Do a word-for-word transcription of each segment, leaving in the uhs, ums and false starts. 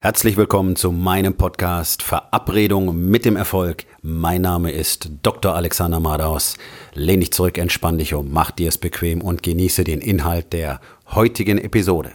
Herzlich willkommen zu meinem Podcast Verabredung mit dem Erfolg. Mein Name ist Doktor Alexander Madaus. Lehn dich zurück, entspann dich um, mach dir es bequem und genieße den Inhalt der heutigen Episode.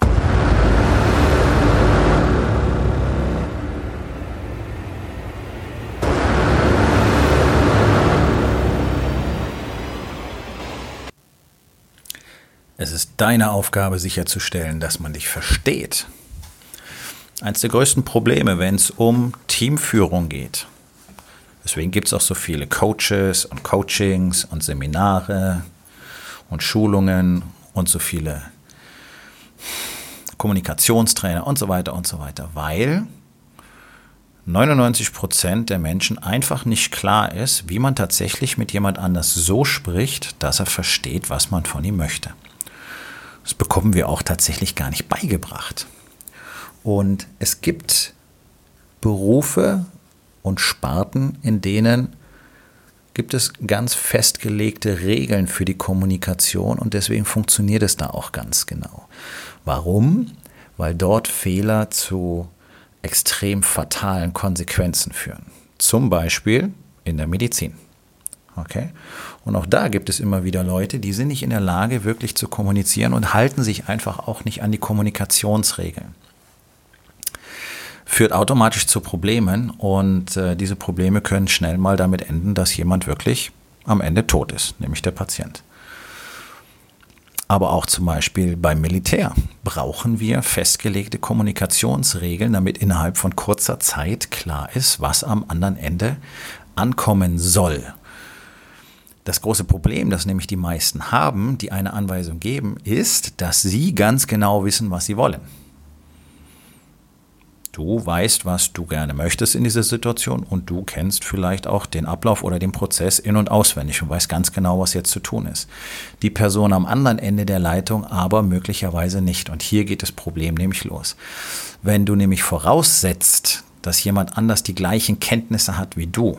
Es ist deine Aufgabe sicherzustellen, dass man dich versteht. Eines der größten Probleme, wenn es um Teamführung geht. Deswegen gibt es auch so viele Coaches und Coachings und Seminare und Schulungen und so viele Kommunikationstrainer und so weiter und so weiter, weil neunundneunzig Prozent der Menschen einfach nicht klar ist, wie man tatsächlich mit jemand anders so spricht, dass er versteht, was man von ihm möchte. Das bekommen wir auch tatsächlich gar nicht beigebracht. Und es gibt Berufe und Sparten, in denen gibt es ganz festgelegte Regeln für die Kommunikation und deswegen funktioniert es da auch ganz genau. Warum? Weil dort Fehler zu extrem fatalen Konsequenzen führen. Zum Beispiel in der Medizin. Okay? Und auch da gibt es immer wieder Leute, die sind nicht in der Lage, wirklich zu kommunizieren und halten sich einfach auch nicht an die Kommunikationsregeln. Führt automatisch zu Problemen und äh, diese Probleme können schnell mal damit enden, dass jemand wirklich am Ende tot ist, nämlich der Patient. Aber auch zum Beispiel beim Militär brauchen wir festgelegte Kommunikationsregeln, damit innerhalb von kurzer Zeit klar ist, was am anderen Ende ankommen soll. Das große Problem, das nämlich die meisten haben, die eine Anweisung geben, ist, dass sie ganz genau wissen, was sie wollen. Du weißt, was du gerne möchtest in dieser Situation und du kennst vielleicht auch den Ablauf oder den Prozess in- und auswendig und weißt ganz genau, was jetzt zu tun ist. Die Person am anderen Ende der Leitung aber möglicherweise nicht. Und hier geht das Problem nämlich los. Wenn du nämlich voraussetzt, dass jemand anders die gleichen Kenntnisse hat wie du,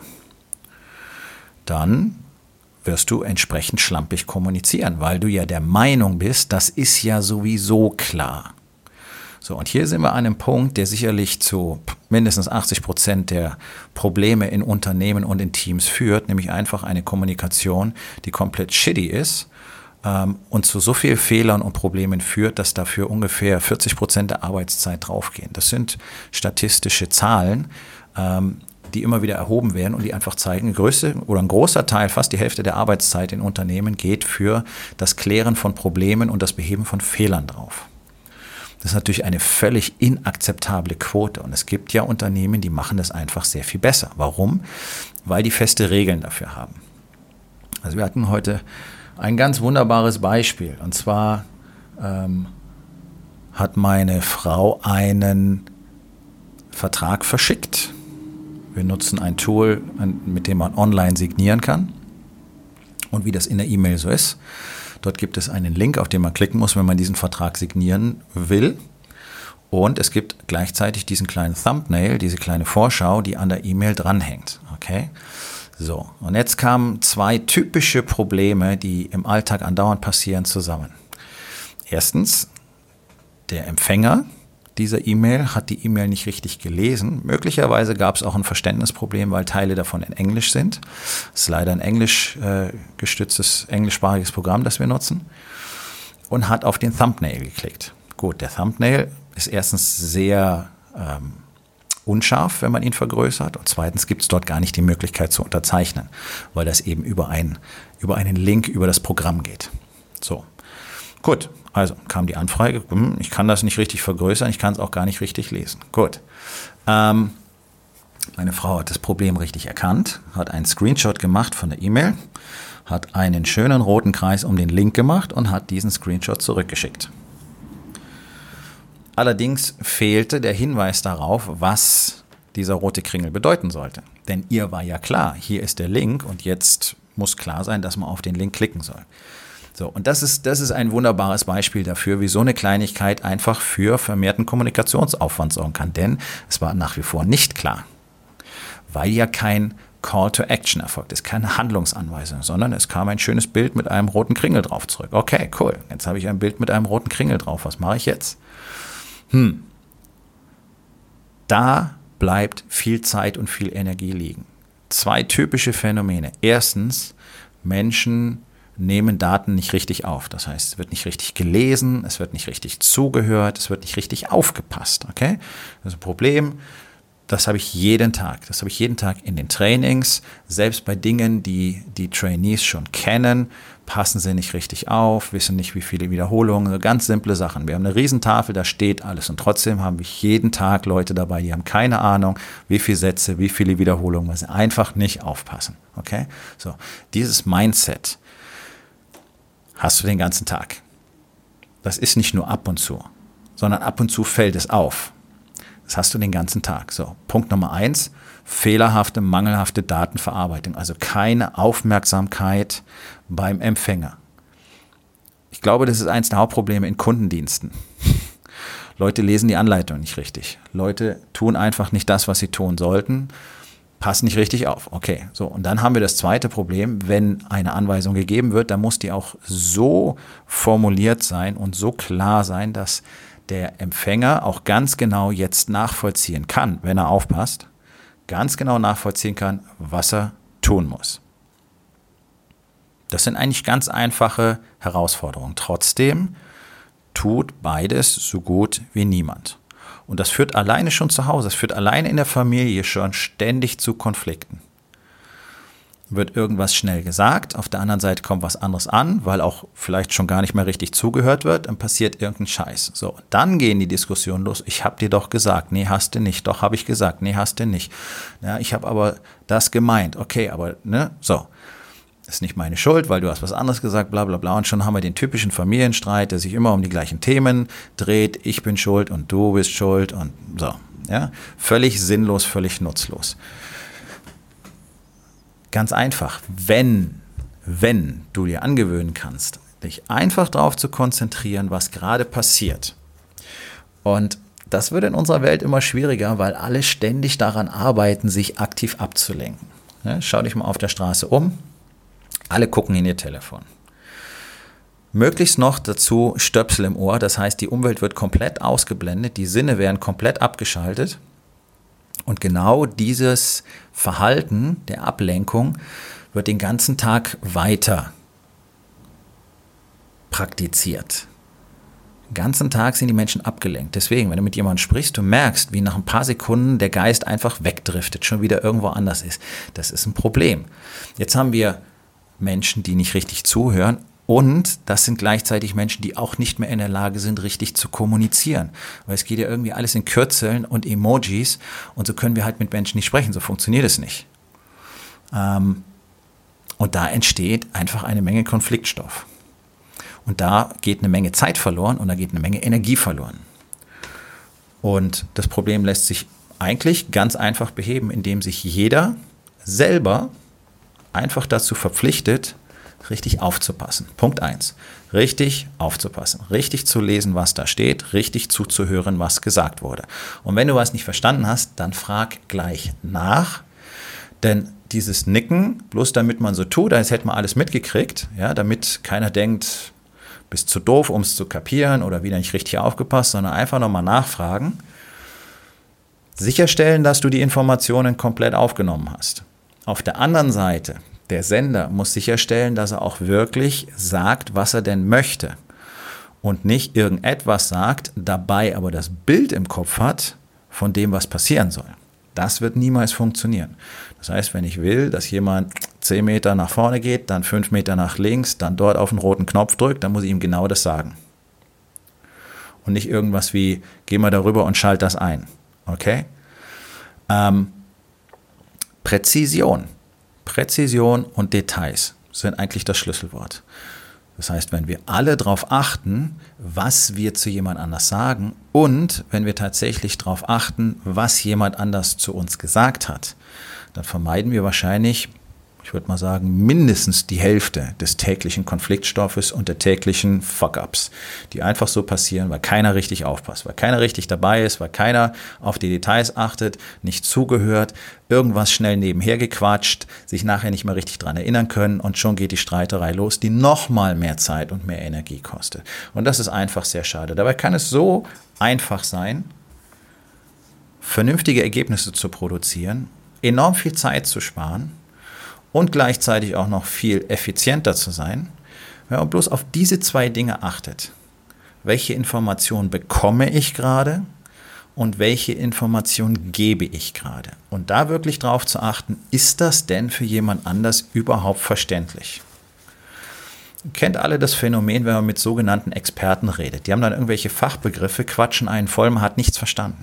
dann wirst du entsprechend schlampig kommunizieren, weil du ja der Meinung bist, das ist ja sowieso klar. So, und hier sind wir an einem Punkt, der sicherlich zu mindestens achtzig Prozent der Probleme in Unternehmen und in Teams führt, nämlich einfach eine Kommunikation, die komplett shitty ist ähm, und zu so vielen Fehlern und Problemen führt, dass dafür ungefähr vierzig Prozent der Arbeitszeit draufgehen. Das sind statistische Zahlen, ähm, die immer wieder erhoben werden und die einfach zeigen, größte oder ein großer Teil, fast die Hälfte der Arbeitszeit in Unternehmen geht für das Klären von Problemen und das Beheben von Fehlern drauf. Das ist natürlich eine völlig inakzeptable Quote und es gibt ja Unternehmen, die machen das einfach sehr viel besser. Warum? Weil die feste Regeln dafür haben. Also wir hatten heute ein ganz wunderbares Beispiel und zwar ähm, hat meine Frau einen Vertrag verschickt. Wir nutzen ein Tool, mit dem man online signieren kann und wie das in der E-Mail so ist. Dort gibt es einen Link, auf den man klicken muss, wenn man diesen Vertrag signieren will. Und es gibt gleichzeitig diesen kleinen Thumbnail, diese kleine Vorschau, die an der E-Mail dranhängt. Okay? So, und jetzt kamen zwei typische Probleme, die im Alltag andauernd passieren, zusammen. Erstens, der Empfänger dieser E-Mail hat die E-Mail nicht richtig gelesen. Möglicherweise gab es auch ein Verständnisproblem, weil Teile davon in Englisch sind. Das ist leider ein englisch äh, gestütztes, englischsprachiges Programm, das wir nutzen. Und hat auf den Thumbnail geklickt. Gut, der Thumbnail ist erstens sehr ähm, unscharf, wenn man ihn vergrößert. Und zweitens gibt es dort gar nicht die Möglichkeit zu unterzeichnen, weil das eben über, ein, über einen Link über das Programm geht. So, gut. Also kam die Anfrage, ich kann das nicht richtig vergrößern, ich kann es auch gar nicht richtig lesen. Gut. Ähm, meine Frau hat das Problem richtig erkannt, hat einen Screenshot gemacht von der E-Mail, hat einen schönen roten Kreis um den Link gemacht und hat diesen Screenshot zurückgeschickt. Allerdings fehlte der Hinweis darauf, was dieser rote Kringel bedeuten sollte. Denn ihr war ja klar, hier ist der Link und jetzt muss klar sein, dass man auf den Link klicken soll. So, und das ist, das ist ein wunderbares Beispiel dafür, wie so eine Kleinigkeit einfach für vermehrten Kommunikationsaufwand sorgen kann. Denn es war nach wie vor nicht klar, weil ja kein Call to Action erfolgt ist, keine Handlungsanweisung, sondern es kam ein schönes Bild mit einem roten Kringel drauf zurück. Okay, cool, jetzt habe ich ein Bild mit einem roten Kringel drauf. Was mache ich jetzt? Hm. Da bleibt viel Zeit und viel Energie liegen. Zwei typische Phänomene. Erstens, Menschen nehmen Daten nicht richtig auf. Das heißt, es wird nicht richtig gelesen, es wird nicht richtig zugehört, es wird nicht richtig aufgepasst. Okay? Das ist ein Problem. Das habe ich jeden Tag. Das habe ich jeden Tag in den Trainings. Selbst bei Dingen, die die Trainees schon kennen, passen sie nicht richtig auf, wissen nicht, wie viele Wiederholungen, ganz simple Sachen. Wir haben eine Riesentafel, da steht alles. Und trotzdem haben wir jeden Tag Leute dabei, die haben keine Ahnung, wie viele Sätze, wie viele Wiederholungen, weil sie einfach nicht aufpassen. Okay? So, dieses Mindset hast du den ganzen Tag. Das ist nicht nur ab und zu, sondern ab und zu fällt es auf. Das hast du den ganzen Tag. So, Punkt Nummer eins, fehlerhafte, mangelhafte Datenverarbeitung, also keine Aufmerksamkeit beim Empfänger. Ich glaube, das ist eins der Hauptprobleme in Kundendiensten. Leute lesen die Anleitung nicht richtig. Leute tun einfach nicht das, was sie tun sollten, passen nicht richtig auf. Okay, so, und dann haben wir das zweite Problem, wenn eine Anweisung gegeben wird, dann muss die auch so formuliert sein und so klar sein, dass der Empfänger auch ganz genau jetzt nachvollziehen kann, wenn er aufpasst, ganz genau nachvollziehen kann, was er tun muss. Das sind eigentlich ganz einfache Herausforderungen. Trotzdem tut beides so gut wie niemand. Und das führt alleine schon zu Hause, das führt alleine in der Familie schon ständig zu Konflikten. Wird irgendwas schnell gesagt, auf der anderen Seite kommt was anderes an, weil auch vielleicht schon gar nicht mehr richtig zugehört wird, dann passiert irgendein Scheiß. So, dann gehen die Diskussionen los. Ich habe dir doch gesagt, nee, hast du nicht. Doch, habe ich gesagt, nee, hast du nicht. Ja, ich habe aber das gemeint. Okay, aber, ne, so. Ist nicht meine Schuld, weil du hast was anderes gesagt, bla bla bla. Und schon haben wir den typischen Familienstreit, der sich immer um die gleichen Themen dreht. Ich bin schuld und du bist schuld und so. Ja, völlig sinnlos, völlig nutzlos. Ganz einfach, wenn, wenn du dir angewöhnen kannst, dich einfach darauf zu konzentrieren, was gerade passiert. Und das wird in unserer Welt immer schwieriger, weil alle ständig daran arbeiten, sich aktiv abzulenken. Ja, schau dich mal auf der Straße um, alle gucken in ihr Telefon. Möglichst noch dazu Stöpsel im Ohr, das heißt, die Umwelt wird komplett ausgeblendet, die Sinne werden komplett abgeschaltet. Und genau dieses Verhalten der Ablenkung wird den ganzen Tag weiter praktiziert. Den ganzen Tag sind die Menschen abgelenkt. Deswegen, wenn du mit jemandem sprichst, du merkst, wie nach ein paar Sekunden der Geist einfach wegdriftet, schon wieder irgendwo anders ist. Das ist ein Problem. Jetzt haben wir Menschen, die nicht richtig zuhören. Und das sind gleichzeitig Menschen, die auch nicht mehr in der Lage sind, richtig zu kommunizieren. Weil es geht ja irgendwie alles in Kürzeln und Emojis und so können wir halt mit Menschen nicht sprechen. So funktioniert es nicht. Ähm, und da entsteht einfach eine Menge Konfliktstoff. Und da geht eine Menge Zeit verloren und da geht eine Menge Energie verloren. Und das Problem lässt sich eigentlich ganz einfach beheben, indem sich jeder selber einfach dazu verpflichtet, richtig aufzupassen. Punkt eins. Richtig aufzupassen. Richtig zu lesen, was da steht. Richtig zuzuhören, was gesagt wurde. Und wenn du was nicht verstanden hast, dann frag gleich nach. Denn dieses Nicken, bloß damit man so tut, als hätte man alles mitgekriegt, ja, damit keiner denkt, bist zu doof, um es zu kapieren oder wieder nicht richtig aufgepasst, sondern einfach nochmal nachfragen. Sicherstellen, dass du die Informationen komplett aufgenommen hast. Auf der anderen Seite, der Sender muss sicherstellen, dass er auch wirklich sagt, was er denn möchte und nicht irgendetwas sagt, dabei aber das Bild im Kopf hat von dem, was passieren soll. Das wird niemals funktionieren. Das heißt, wenn ich will, dass jemand zehn Meter nach vorne geht, dann fünf Meter nach links, dann dort auf den roten Knopf drückt, dann muss ich ihm genau das sagen. Und nicht irgendwas wie, geh mal darüber und schalt das ein. Okay? Ähm, Präzision. Präzision und Details sind eigentlich das Schlüsselwort. Das heißt, wenn wir alle darauf achten, was wir zu jemand anders sagen und wenn wir tatsächlich darauf achten, was jemand anders zu uns gesagt hat, dann vermeiden wir wahrscheinlich, ich würde mal sagen, mindestens die Hälfte des täglichen Konfliktstoffes und der täglichen Fuck-Ups, die einfach so passieren, weil keiner richtig aufpasst, weil keiner richtig dabei ist, weil keiner auf die Details achtet, nicht zugehört, irgendwas schnell nebenher gequatscht, sich nachher nicht mehr richtig dran erinnern können und schon geht die Streiterei los, die nochmal mehr Zeit und mehr Energie kostet. Und das ist einfach sehr schade. Dabei kann es so einfach sein, vernünftige Ergebnisse zu produzieren, enorm viel Zeit zu sparen und gleichzeitig auch noch viel effizienter zu sein, wenn man bloß auf diese zwei Dinge achtet. Welche Informationen bekomme ich gerade und welche Informationen gebe ich gerade? Und da wirklich drauf zu achten, ist das denn für jemand anders überhaupt verständlich? Ihr kennt alle das Phänomen, wenn man mit sogenannten Experten redet. Die haben dann irgendwelche Fachbegriffe, quatschen einen voll, man hat nichts verstanden.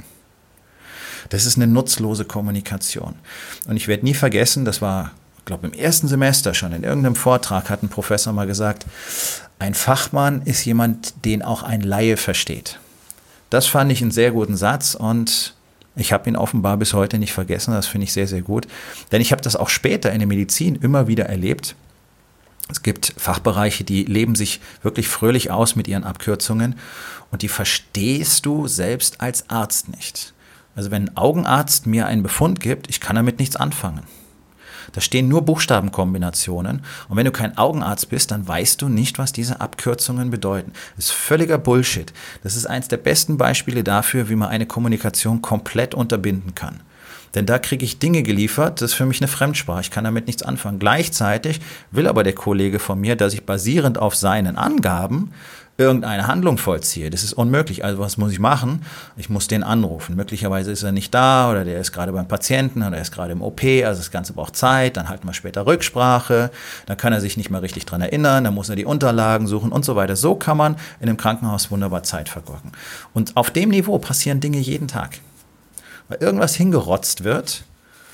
Das ist eine nutzlose Kommunikation. Und ich werde nie vergessen, das war, ich glaube, im ersten Semester schon, in irgendeinem Vortrag hat ein Professor mal gesagt, ein Fachmann ist jemand, den auch ein Laie versteht. Das fand ich einen sehr guten Satz und ich habe ihn offenbar bis heute nicht vergessen. Das finde ich sehr, sehr gut. Denn ich habe das auch später in der Medizin immer wieder erlebt. Es gibt Fachbereiche, die leben sich wirklich fröhlich aus mit ihren Abkürzungen und die verstehst du selbst als Arzt nicht. Also wenn ein Augenarzt mir einen Befund gibt, ich kann damit nichts anfangen. Da stehen nur Buchstabenkombinationen und wenn du kein Augenarzt bist, dann weißt du nicht, was diese Abkürzungen bedeuten. Das ist völliger Bullshit. Das ist eines der besten Beispiele dafür, wie man eine Kommunikation komplett unterbinden kann. Denn da kriege ich Dinge geliefert, das ist für mich eine Fremdsprache, ich kann damit nichts anfangen. Gleichzeitig will aber der Kollege von mir, dass ich basierend auf seinen Angaben irgendeine Handlung vollziehe. Das ist unmöglich. Also was muss ich machen? Ich muss den anrufen. Möglicherweise ist er nicht da oder der ist gerade beim Patienten oder er ist gerade im O P. Also das Ganze braucht Zeit. Dann halten wir später Rücksprache. Dann kann er sich nicht mehr richtig dran erinnern. Dann muss er die Unterlagen suchen und so weiter. So kann man in einem Krankenhaus wunderbar Zeit vergurken. Und auf dem Niveau passieren Dinge jeden Tag. Weil irgendwas hingerotzt wird,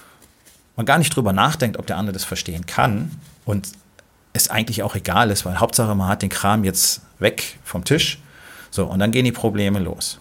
man gar nicht drüber nachdenkt, ob der andere das verstehen kann und es eigentlich auch egal ist, weil Hauptsache man hat den Kram jetzt weg vom Tisch. So, und dann gehen die Probleme los.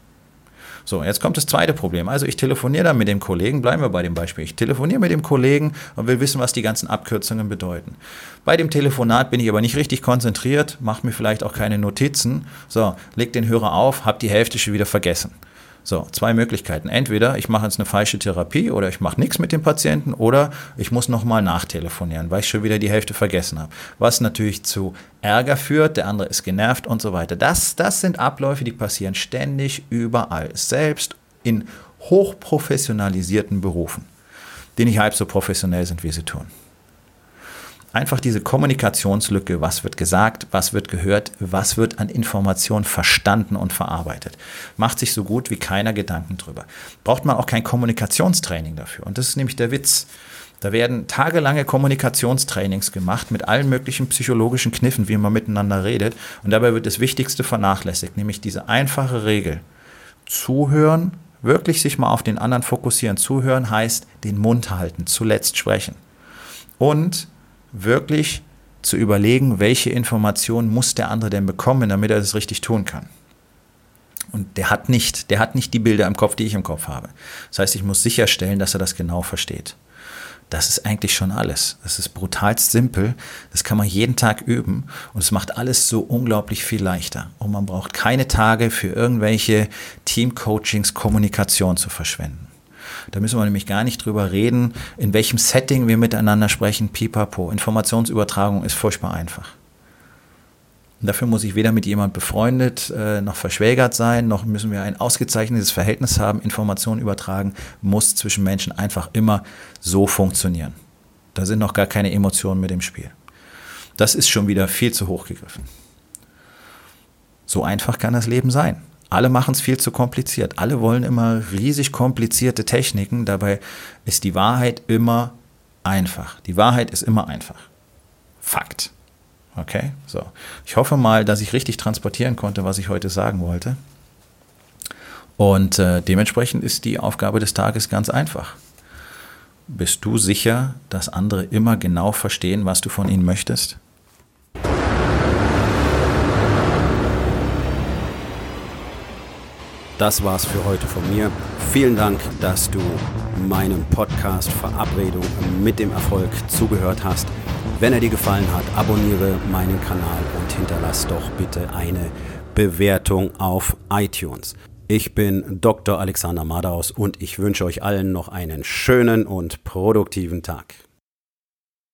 So, jetzt kommt das zweite Problem. Also ich telefoniere dann mit dem Kollegen, bleiben wir bei dem Beispiel. Ich telefoniere mit dem Kollegen und will wissen, was die ganzen Abkürzungen bedeuten. Bei dem Telefonat bin ich aber nicht richtig konzentriert, mache mir vielleicht auch keine Notizen. So, leg den Hörer auf, hab die Hälfte schon wieder vergessen. So, zwei Möglichkeiten. Entweder ich mache jetzt eine falsche Therapie oder ich mache nichts mit dem Patienten oder ich muss nochmal nachtelefonieren, weil ich schon wieder die Hälfte vergessen habe. Was natürlich zu Ärger führt, der andere ist genervt und so weiter. Das, das sind Abläufe, die passieren ständig überall, selbst in hochprofessionalisierten Berufen, die nicht halb so professionell sind, wie sie tun. Einfach diese Kommunikationslücke, was wird gesagt, was wird gehört, was wird an Informationen verstanden und verarbeitet. Macht sich so gut wie keiner Gedanken drüber. Braucht man auch kein Kommunikationstraining dafür. Und das ist nämlich der Witz. Da werden tagelange Kommunikationstrainings gemacht mit allen möglichen psychologischen Kniffen, wie man miteinander redet. Und dabei wird das Wichtigste vernachlässigt, nämlich diese einfache Regel. Zuhören, wirklich sich mal auf den anderen fokussieren. Zuhören heißt den Mund halten, zuletzt sprechen. Und wirklich zu überlegen, welche Informationen muss der andere denn bekommen, damit er das richtig tun kann. Und der hat nicht, der hat nicht die Bilder im Kopf, die ich im Kopf habe. Das heißt, ich muss sicherstellen, dass er das genau versteht. Das ist eigentlich schon alles. Das ist brutalst simpel. Das kann man jeden Tag üben und es macht alles so unglaublich viel leichter. Und man braucht keine Tage für irgendwelche Teamcoachings, Kommunikation zu verschwenden. Da müssen wir nämlich gar nicht drüber reden, in welchem Setting wir miteinander sprechen, pipapo. Informationsübertragung ist furchtbar einfach. Und dafür muss ich weder mit jemand befreundet äh, noch verschwägert sein, noch müssen wir ein ausgezeichnetes Verhältnis haben. Informationen übertragen muss zwischen Menschen einfach immer so funktionieren. Da sind noch gar keine Emotionen mit im Spiel. Das ist schon wieder viel zu hoch gegriffen. So einfach kann das Leben sein. Alle machen es viel zu kompliziert. Alle wollen immer riesig komplizierte Techniken. Dabei ist die Wahrheit immer einfach. Die Wahrheit ist immer einfach. Fakt. Okay, so. Ich hoffe mal, dass ich richtig transportieren konnte, was ich heute sagen wollte. Und äh, dementsprechend ist die Aufgabe des Tages ganz einfach. Bist du sicher, dass andere immer genau verstehen, was du von ihnen möchtest? Das war's für heute von mir. Vielen Dank, dass du meinem Podcast Verabredung mit dem Erfolg zugehört hast. Wenn er dir gefallen hat, abonniere meinen Kanal und hinterlass doch bitte eine Bewertung auf iTunes. Ich bin Doktor Alexander Madaus und ich wünsche euch allen noch einen schönen und produktiven Tag.